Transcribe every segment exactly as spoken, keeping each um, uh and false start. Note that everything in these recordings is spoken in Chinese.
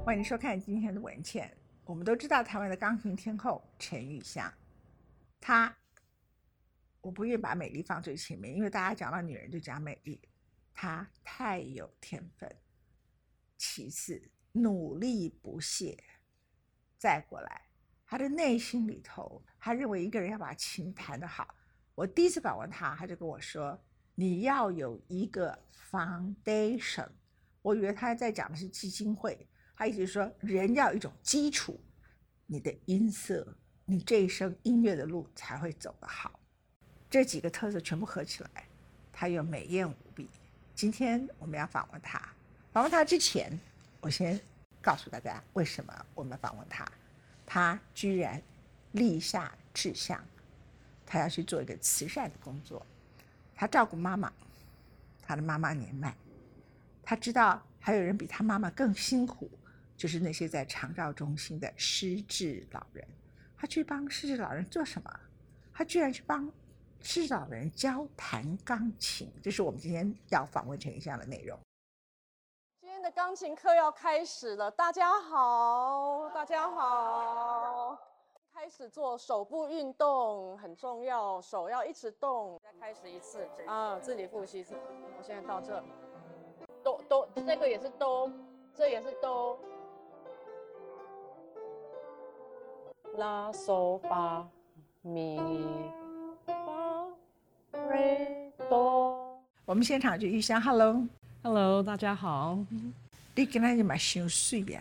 欢迎收看今天的文茜。我们都知道台湾的钢琴天后陈玉香，她我不愿意把美丽放最前面，因为大家讲到女人就讲美丽，她太有天分。其次，努力不懈，再过来，她的内心里头，她认为一个人要把琴弹得好。我第一次访问她，她就跟我说，你要有一个 foundation。我以为她在讲的是基金会，她一直说人要有一种基础，你的音色，你这一生音乐的路才会走得好。这几个特色全部合起来，她又美艳无比。今天我们要访问她，访问她之前，我先告诉大家为什么我们访问她。她居然立下志向，她要去做一个慈善的工作。她照顾妈妈，她的妈妈年迈，她知道还有人比她妈妈更辛苦，就是那些在长照中心的失智老人。她去帮失智老人做什么？她居然去帮失智老人教弹钢琴，这是我们今天要访问陈玉香的内容。 今天的钢琴课要开始了，大家好，大家好。开始做手部运动很重要，手要一直动。再开始一次啊，自己复习一次。我现在到这，哆哆，这个也是哆，这也是哆。拉嗦发咪发瑞哆。 我们现场就玉香 ，Hello。 Hello， 大家好。 你跟他就蛮心碎呀，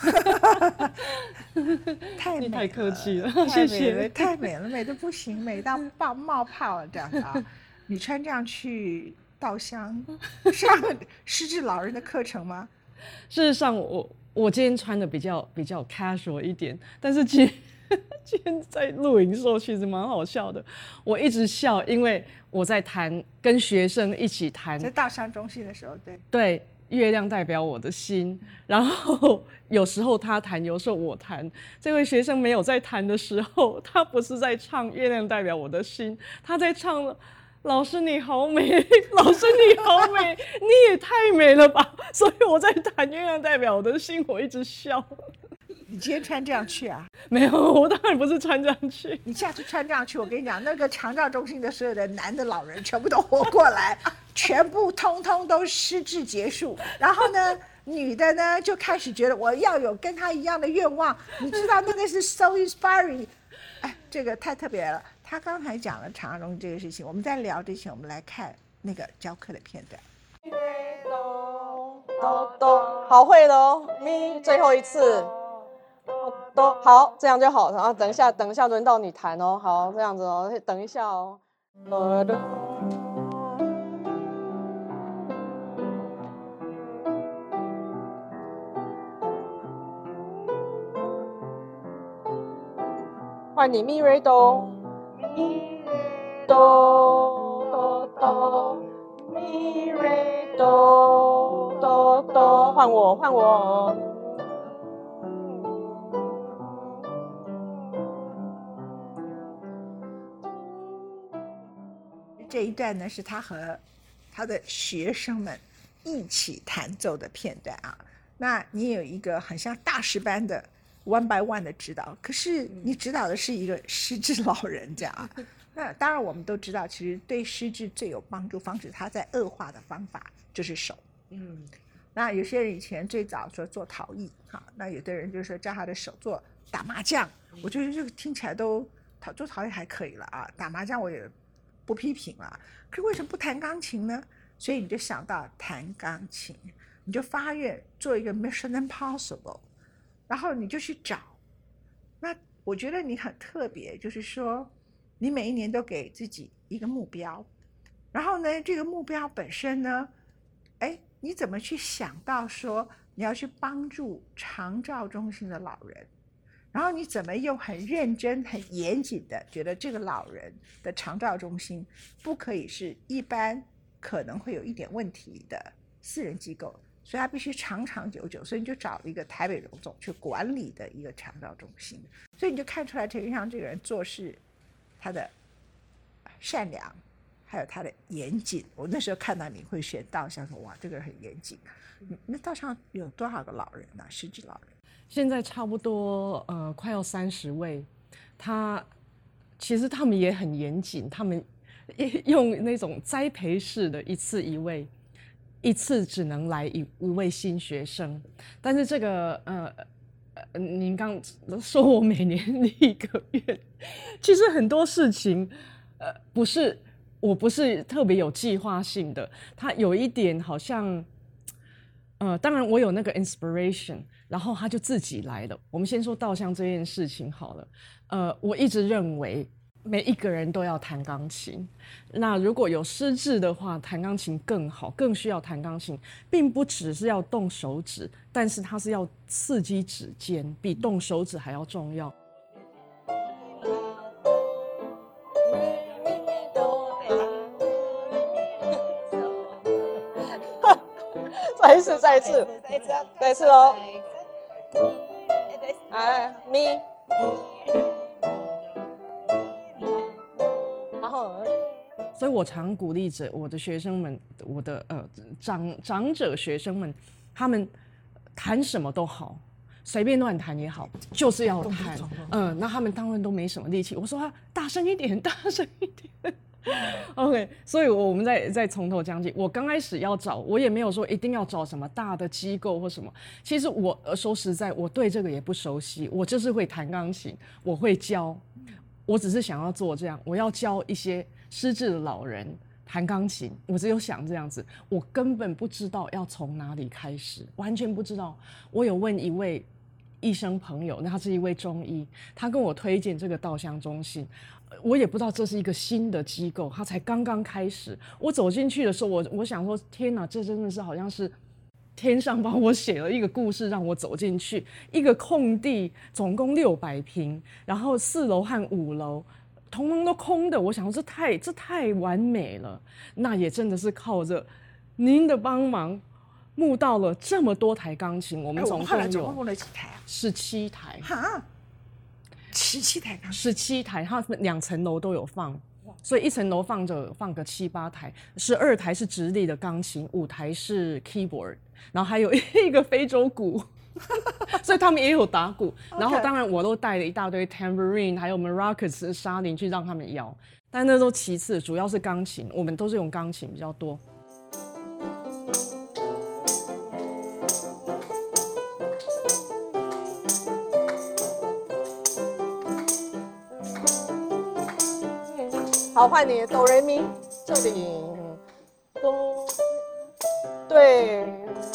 太美了， 太客气了， 谢谢。 太美了，美得不行，美到爆冒泡了这样子啊！你穿这样去稻香上失智老人的课程吗？ 事实上我，我我今天穿的比较比较 casual 一点，但是今今天在录影的时候其实蛮好笑的，我一直笑，因为我在弹，跟学生一起弹， 在稻香中心的时候，对对。月亮代表我的心，然后有时候他弹，有时候我弹。这位学生没有在弹的时候，他不是在唱月亮代表我的心，他在唱老师你好美，老师你好美，你也太美了吧。所以我在弹月亮代表我的心，我一直笑。 你今天穿这样去啊？ 没有，我当然不是穿这样去。 你下次穿这样去，我跟你讲，那个长照中心的所有的男的老人全部都活过来，全部通通都失智结束。然后呢，女的呢就开始觉得我要有跟他一样的愿望。你知道那个是 so inspiring， 哎，这个太特别了。他刚才讲了长照中心这个事情，我们在聊之前，我们来看那个教课的片段。 哆哆哆，好会了哦，咪，最后一次。都好，这样就好。然后等一下，等一下轮到你弹哦。好，这样子哦，等一下哦。换你咪瑞哆，咪哆哆哆，咪瑞哆哆哆，换我，换我。 这一段呢是他和他的学生们一起弹奏的片段啊。那你有一个很像大师班的 one by one 的指导，可是你指导的是一个失智老人这样啊。那当然我们都知道，其实对失智最有帮助、防止他在恶化的方法就是手。嗯，那有些人以前最早说做陶艺，哈，那有的人就是说叫他的手做打麻将，我觉得这个听起来都做陶艺还可以了啊，打麻将我也不批评了，可是为什么不弹钢琴呢？所以你就想到弹钢琴，你就发愿做一个 Mission Impossible， 然后你就去找。那我觉得你很特别，就是说你每一年都给自己一个目标，然后呢，这个目标本身呢，哎，你怎么去想到说你要去帮助长照中心的老人？然后你怎么又很认真、很严谨的觉得这个老人的长照中心不可以是一般可能会有一点问题的私人机构，所以它必须长长久久，所以你就找了一个台北荣总去管理的一个长照中心，所以你就看出来陈玉香这个人做事他的善良，还还有他的严谨。我那时候看到你会选稻香，说哇，这个人很严谨。那稻香有多少个老人呢、啊？实际老人现在差不多呃快要三十位。他其实他们也很严谨，他们用那种栽培式的一次一位，一次只能来一一位新学生。但是这个呃呃，您刚说我每年立一个愿，其实很多事情呃不是我不是特别有计划性的，它有一点好像。呃，当然我有那个 inspiration， 然后他就自己来了。我们先说稻香这件事情好了。呃，我一直认为每一个人都要弹钢琴。那如果有失智的话，弹钢琴更好，更需要弹钢琴，并不只是要动手指，但是它是要刺激指尖，比动手指还要重要。 再一次，再一次，再一次哦！哎，咪，然后， 所以我常鼓励着我的学生们，我的呃长长者学生们，他们弹什么都好，随便乱弹也好，就是要弹。嗯、呃，那他们当然都没什么力气。我说他大声一点，大声一点。OK， 所以我们再再从头讲起。我刚开始要找，我也没有说一定要找什么大的机构或什么。其实我说实在，我对这个也不熟悉。我就是会弹钢琴，我会教，我只是想要做这样，我要教一些失智的老人弹钢琴。我只有想这样子，我根本不知道要从哪里开始，完全不知道。我有问一位医生朋友，那他是一位中医，他跟我推荐这个稻香中心。我也不知道这是一个新的机构，它才刚刚开始。我走进去的时候，我我想说，天哪，这真的是好像是天上帮我写了一个故事，让我走进去。一个空地，总共六百平，然后四楼和五楼通通都空的。我想说，这太这太完美了。那也真的是靠着您的帮忙，募到了这么多台钢琴。我们总共有总共募了几台啊？ 十七台。 哈。十七台钢琴， 十七台，它两层楼都有放，所以一层楼放着放个七八台，十二台是直立的钢琴，五台是 keyboard， 然后还有一个非洲鼓，所以他们也有打鼓。然后当然我都带了一大堆 tambourine， 还有 maracas 沙铃去让他们摇，但那都其次，主要是钢琴，我们都是用钢琴比较多。 好，换你哆来咪，这里哆，对。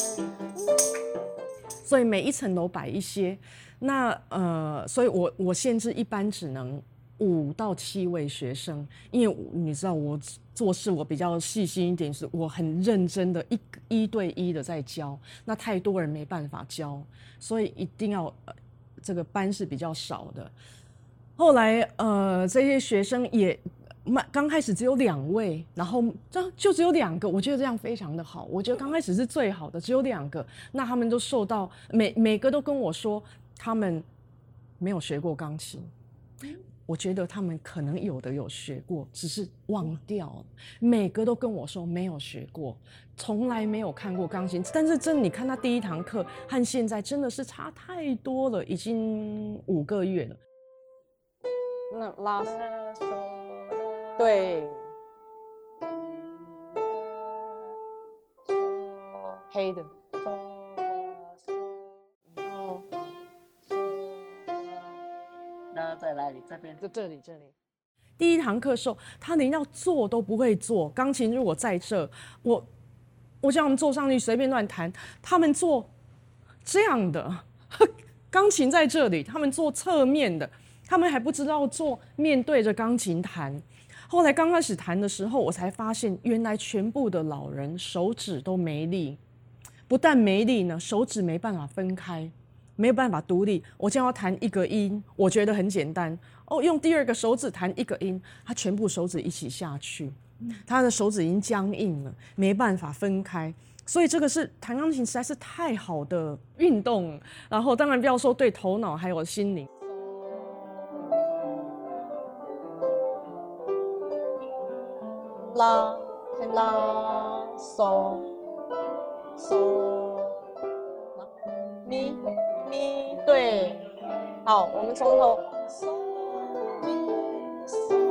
所以每一层楼摆一些，那呃，所以我我限制一般只能五到七位学生，因为你知道我做事我比较细心一点，是我很认真的一一对一的在教，那太多人没办法教，所以一定要、呃、这个班是比较少的。后来呃，这些学生也。刚开始只有两位，然后就就只有两个，我觉得这样非常的好。我觉得刚开始是最好的，只有两个，那他们都受到每每个都跟我说，他们没有学过钢琴。我觉得他们可能有的有学过，只是忘掉了。每个都跟我说没有学过，从来没有看过钢琴。但是真的，你看他第一堂课和现在真的是差太多了，已经五个月了。 那拉对，黑的， 那在哪里？这边， 就这里，这里。第一堂课的时候，他连要坐都不会坐。钢琴如果在这，我我叫他们坐上去随便乱弹，他们坐这样的。钢琴在这里，他们坐侧面的，他们还不知道坐面对着钢琴弹。后来刚开始弹的时候，我才发现原来全部的老人手指都没力，不但没力呢，手指没办法分开，没有办法独立。我叫他弹一个音，我觉得很简单哦，用第二个手指弹一个音，他全部手指一起下去，他的手指已经僵硬了，没办法分开。所以这个是弹钢琴实在是太好的运动，然后当然不要说对头脑还有心灵。 拉拉嗦嗦拉咪咪，对，好，我们从头嗦咪嗦，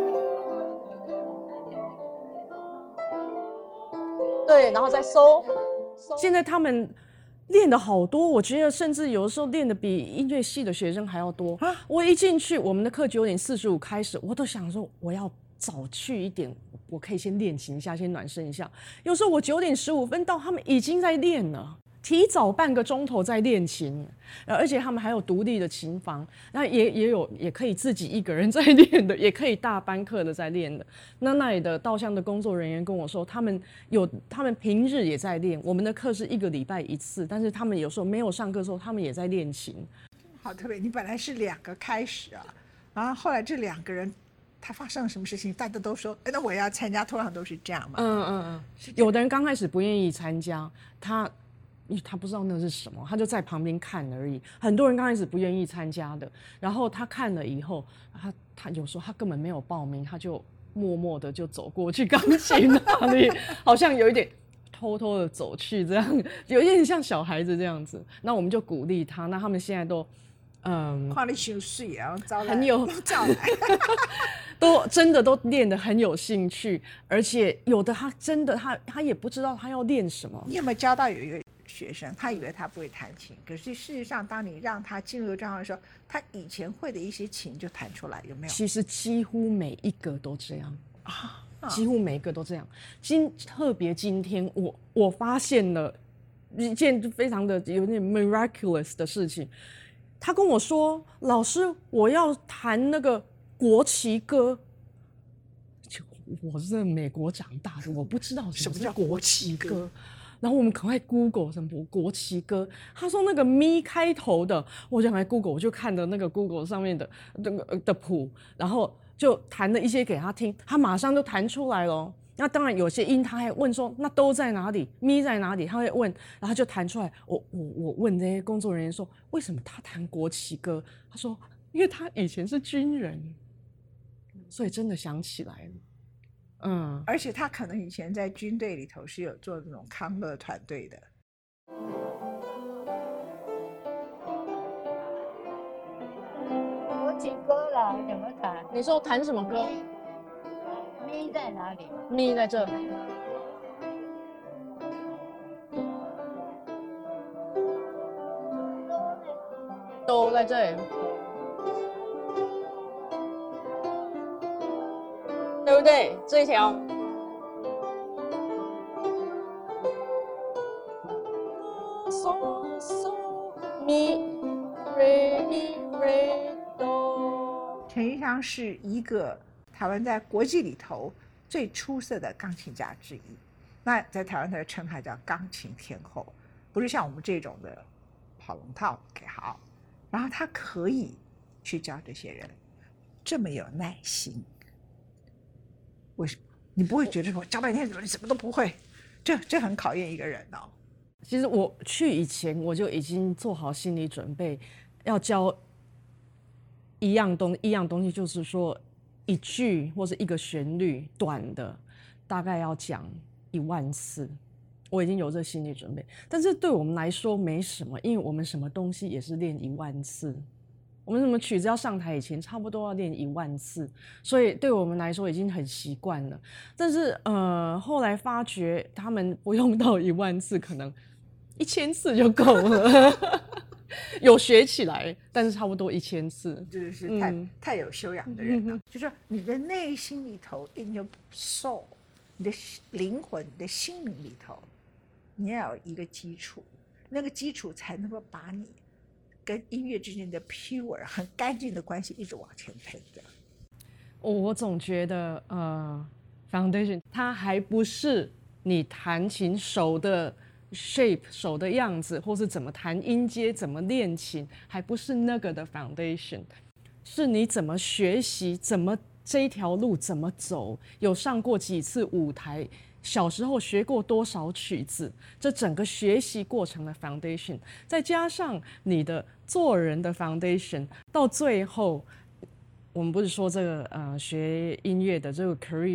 对，然后再嗦。 现在他们练的好多，我觉得甚至有的时候练的比音乐系的学生还要多。我一进去，我们的课九点四十五开始，我都想说我要早去一点，我可以先练琴一下，先暖身一下。有时候我九点十五分到，他们已经在练了。提早半个钟头在练琴，而且他们还有独立的琴房，那也也有也可以自己一个人在练的，也可以大班课的在练的。那那里的稻香的工作人员跟我说，他们有他们平日也在练，我们的课是一个礼拜一次，但是他们有时候没有上课的时候，他们也在练琴。 好特别，你本来是两个开始啊，然后后来这两个人他发生了什么事情，大家都说，哎，那我要参加，通常都是这样嘛。 嗯嗯嗯，有的人刚开始不愿意参加，他。因为他不知道那是什么，他就在旁边看而已。很多人刚开始不愿意参加的，然后他看了以后，他他有时候他根本没有报名，他就默默的就走过去钢琴那里，好像有一点偷偷的走去，这样有一点像小孩子这样子。那我们就鼓励他，那他们现在都嗯， 看你太水啊，招来很有招来， 都真的都练得很有兴趣，而且有的他真的他他也不知道他要练什么。 你有没有教到有一个学生，他以为他不会弹琴，可是事实上，当你让他进入状况的时候，他以前会的一些琴就弹出来，有没有？ 其实几乎每一个都这样啊， 几乎每一个都这样。今特别今天我我发现了一件非常的有点 miraculous 的事情。他跟我说：“老师，我要弹那个国旗歌。”我是在美国长大的，我不知道什么叫国旗歌。然后我们赶快 Google 什么国旗歌，他说那个咪开头的，我就赶快 Google， 我就看的那个 Google 上面的那个的谱，然后就弹了一些给他听，他马上就弹出来了。那当然有些音他还问说那都在哪里，咪在哪里，他会问，然后就弹出来。我我我问这些工作人员说，为什么他弹国旗歌？他说因为他以前是军人，所以真的想起来了。嗯， 而且他可能以前在军队里头是有做那种康乐团队的。 国旗歌啦，怎么弹？ 你说弹什么歌？ 咪在哪里？ 咪在这。都在这里。对不对？这一条。嗦嗦咪瑞瑞哆。 陈玉香是一个台湾在国际里头最出色的钢琴家之一。那在台湾的称他叫钢琴天后，不是像我们这种的跑龙套给好。然后他可以去教这些人，这么有耐心。为什么你不会觉得说教半天怎么你什么都不会？这这很考验一个人哦。 其实我去以前我就已经做好心理准备，要教一样东一样东西，就是说一句或者一个旋律短的，大概要讲一万次。我已经有这心理准备，但是对我们来说没什么，因为我们什么东西也是练一万次。我们什么曲子要上台以前，差不多要练一万次，所以对我们来说已经很习惯了。但是呃，后来发觉他们不用到一万次，可能一千次就够了。有学起来，但是差不多一千次， 就是太、嗯、太有修养的人了。嗯、就是说你的内心里头 ，in your soul， 你的灵魂、你的心灵里头，你要有一个基础，那个基础才能够把你跟音乐之间的 pure 很干净的关系一直往前推的。 我我总觉得呃 foundation 它还不是你弹琴手的 shape 手的样子，或是怎么弹音阶怎么练琴，还不是那个的 foundation， 是你怎么学习，怎么这一条路怎么走，有上过几次舞台，小时候学过多少曲子，这整个学习过程的 foundation， 再加上你的做人的 foundation， 到最后，我们不是说这个呃学音乐的这个 career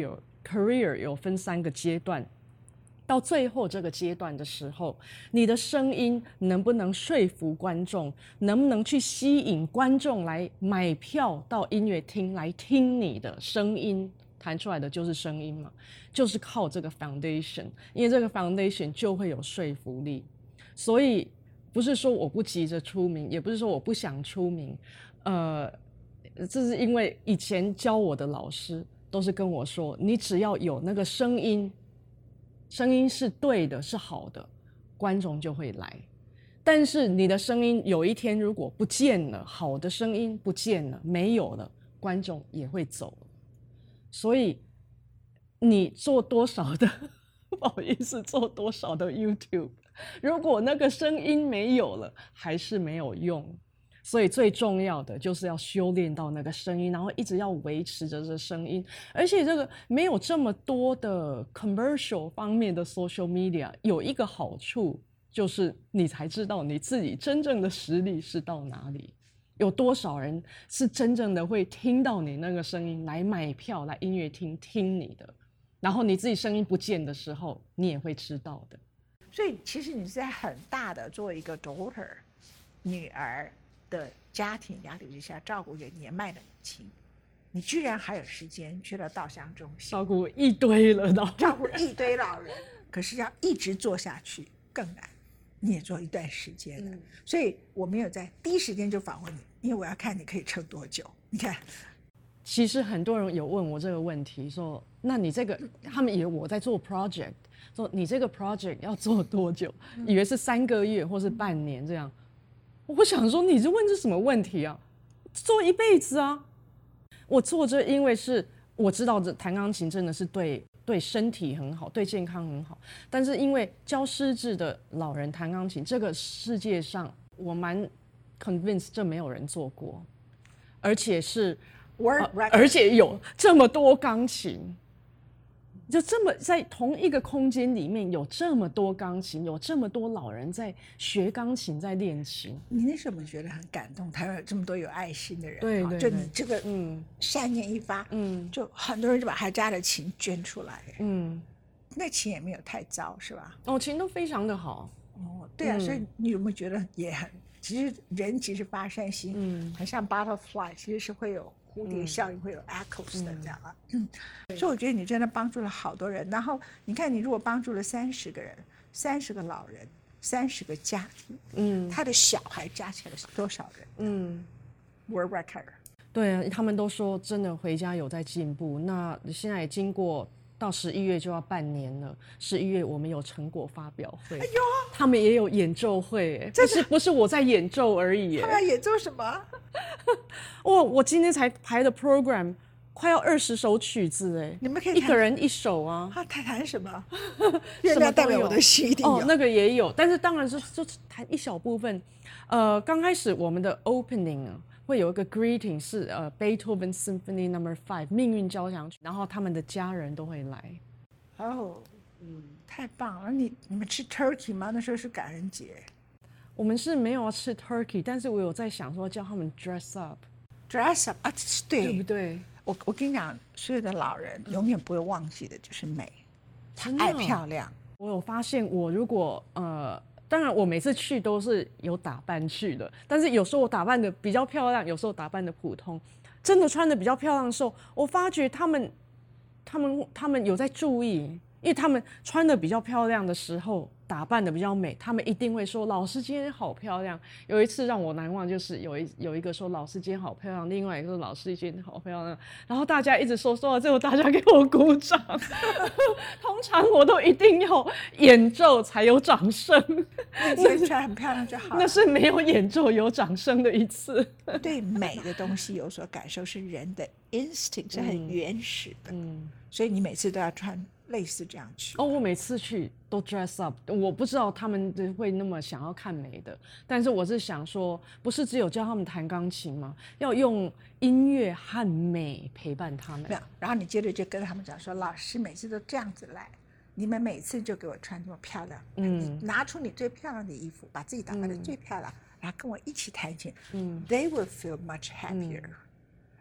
career 有分三个阶段，到最后这个阶段的时候，你的声音能不能说服观众，能不能去吸引观众来买票到音乐厅来听你的声音，弹出来的就是声音嘛，就是靠这个 foundation， 因为这个 foundation 就会有说服力。所以不是说我不急着出名，也不是说我不想出名，呃，这是因为以前教我的老师都是跟我说，你只要有那个声音，声音是对的，是好的，观众就会来。但是你的声音有一天如果不见了，好的声音不见了，没有了，观众也会走了。所以你做多少的不好意思，做多少的 YouTube， 如果那个声音没有了，还是没有用。所以最重要的就是要修炼到那个声音，然后一直要维持着这声音。而且这个没有这么多的 commercial 方面的 social media， 有一个好处就是你才知道你自己真正的实力是到哪里，有多少人是真正的会听到你那个声音来买票来音乐厅听你的，然后你自己声音不见的时候，你也会知道的。 所以其实你是在很大的作为一个 daughter 女儿的家庭压力之下，照顾一个年迈的母亲，你居然还有时间去了稻香中心照顾一堆了都， 照顾一堆老人，可是要一直做下去更难。你也做一段时间了，嗯、所以我没有在第一时间就访问你，因为我要看你可以撑多久。你看， 其实很多人有问我这个问题，说那你这个，他们以为我在做 project， 说你这个 project 要做多久？嗯、以为是三个月或是半年这样。我想说，你是问这什么问题啊？做一辈子啊！我做这，因为是我知道这弹钢琴真的是对对身体很好，对健康很好。但是因为教失智的老人弹钢琴，这个世界上我蛮 convinced 这没有人做过，而且是， 呃、 而且有这么多钢琴。就这么在同一个空间里面有这么多钢琴，有这么多老人在学钢琴，在练琴。 你那时候有没有觉得很感动？台湾有这么多有爱心的人， 对对对， 就你这个嗯善念一发，嗯，就很多人就把他家的琴捐出来，嗯，那琴也没有太糟，是吧？ 哦，琴都非常的好。 哦，对啊，嗯、所以你有没有觉得也很？其实人其实发善心，嗯，很像 butterfly， 其实是会有蝴蝶效应，嗯、会有 echoes 的这样啊。嗯，所以我觉得你真的帮助了好多人。然后你看，你如果帮助了三十个人、三十个老人、三十个家庭，嗯，他的小孩加起来是多少人？嗯 ，world record。 对啊，他们都说真的回家有在进步。那现在也经过。到十一月就要半年了，十一月我们有成果发表会，哎呦，他们也有演奏会，不是不是我在演奏而已。 他们要演奏什么？ 我我今天才排的 program 快要二十首曲子哎， 你们可以一个人一首啊。 他弹弹什么？月亮代表我的心一定有。 哦，那个也有，但是当然是就弹一小部分。呃，刚开始我们的 opening 啊。会有一个 greeting 是呃 Beethoven Symphony Number Five 命运交响曲，然后他们的家人都会来。 哦，嗯，太棒了！你你们吃 turkey 吗？那时候是感恩节。 我们是没有要吃 turkey， 但是我有在想说叫他们 dress up。dress up 啊，对， 对不对？ 我我跟你讲，所有的老人永远不会忘记的就是美，他爱漂亮。 我有发现，我如果呃。当然，我每次去都是有打扮去的，但是有时候我打扮的比较漂亮，有时候打扮的普通。真的穿的比较漂亮的时候，我发觉他们、他们、他们有在注意，因为他们穿的比较漂亮的时候，打扮的比较美，他们一定会说：“老师今天好漂亮。”有一次让我难忘，就是有一有一个说：“老师今天好漂亮。”另外一个说：“老师今天好漂亮。”然后大家一直说，说到最后大家给我鼓掌。通常我都一定要演奏才有掌声。 那天穿很漂亮就好了。 那是没有演奏有掌声的一次。 对美的东西有所感受是人的 instinct， 是很原始的。嗯，所以你每次都要穿类似这样去。 哦，我每次去都 dress up， 我不知道他们会那么想要看美的，但是我是想说，不是只有教他们弹钢琴吗？要用音乐和美陪伴他们。 然后你接着就跟他们讲说，老师每次都这样子来，你们每次就给我穿这么漂亮，嗯，你拿出你最漂亮的衣服，把自己打扮得最漂亮，嗯，然后跟我一起弹琴，嗯 ，they will feel much happier，嗯，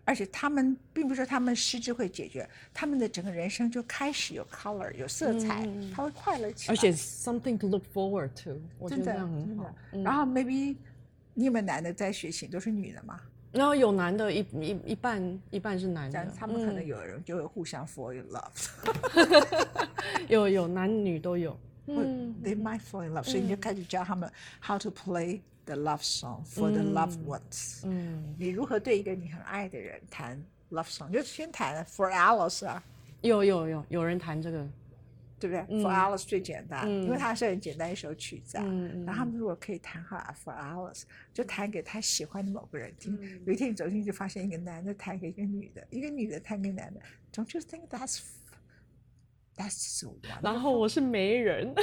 而且他们并不是说他们失智会解决，他们的整个人生就开始有 color 有色彩， 嗯他会快乐起来。 而且 something to look forward to， 我觉真的得这样很真的好。。嗯然后 maybe 你有没有男的在学习，都是女的嘛？ 然后有男的一一一半一半是男的这样，他们可能嗯有人就会互相 fall in love， 有有男女都有。 嗯嗯 ，they might fall in love，所以你就开始教他们 how to play the love song for the loved ones。 嗯， 你如何对一个你很爱的人弹 love song，就先弹 For Alice 啊， 有有有有人弹这个。 对不对、 嗯 For Alice 最简单， 嗯因为它是很简单一首曲子啊。 嗯嗯然后他们如果可以弹好 For Alice，就弹给他喜欢的某个人听。 嗯有一天你走进去，发现一个男的弹给一个女的，一个女的弹给男的。Don't you think that's that's so wonderful？ 然后我是媒人，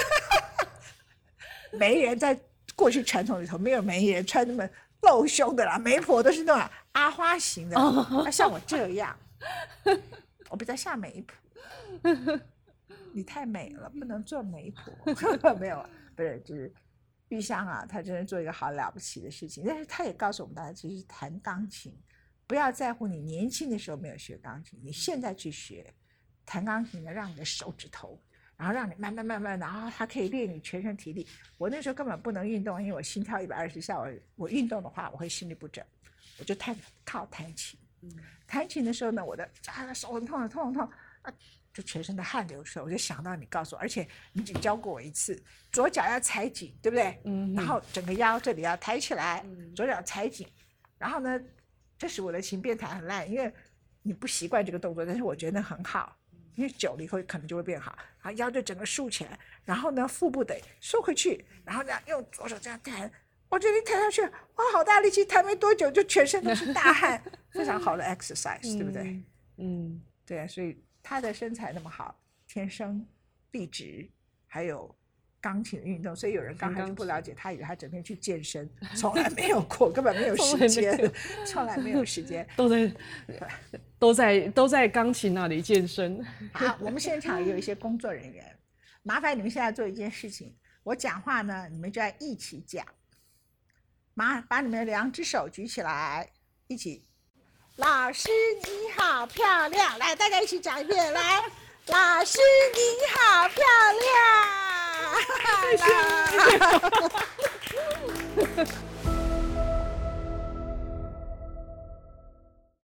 媒人在过去传统里头没有媒人穿那么露胸的啦，媒婆都是那种阿花型的，啊像我这样，我比较像媒婆。你太美了，不能做媒婆。没有，不是，就是玉香啊，她真的做一个好了不起的事情。但是她也告诉我们大家，其实弹钢琴，不要在乎你年轻的时候没有学钢琴，你现在去学弹钢琴呢，让你的手指头，然后让你慢慢慢慢的，然后它可以练你全身体力。我那时候根本不能运动，因为我心跳一百二十下，我我运动的话我会心律不整，我就弹靠弹琴。弹琴的时候呢，我的啊手很痛很痛很痛啊。就全身的汗流出来，我就想到你告诉我，而且你只教过我一次，左脚要踩紧，对不对？ 嗯哼然后整个腰这里要抬起来， 嗯左脚踩紧。然后呢，这使我的琴变弹很烂，因为你不习惯这个动作，但是我觉得很好，因为久了以后可能就会变好。然后腰就整个竖起来，然后呢腹部得收回去，然后呢用左手这样弹。我觉得你弹下去，哇，好大力气，弹没多久就全身都是大汗，非常好的 exercise，、对不对？ 嗯， 对啊，所以他的身材那么好，天生丽质，还有钢琴的运动，所以有人刚开始不了解他，以为他整天去健身，从来没有过，根本没有时间，从来没有时间。 都在都在都在钢琴那里健身。 好，我们现场也有一些工作人员，麻烦你们现在做一件事情，我讲话呢，你们就要一起讲，麻把你们的两只手举起来，一起。老师你好漂亮，来，大家一起讲一遍，来，老师你好漂亮，谢谢。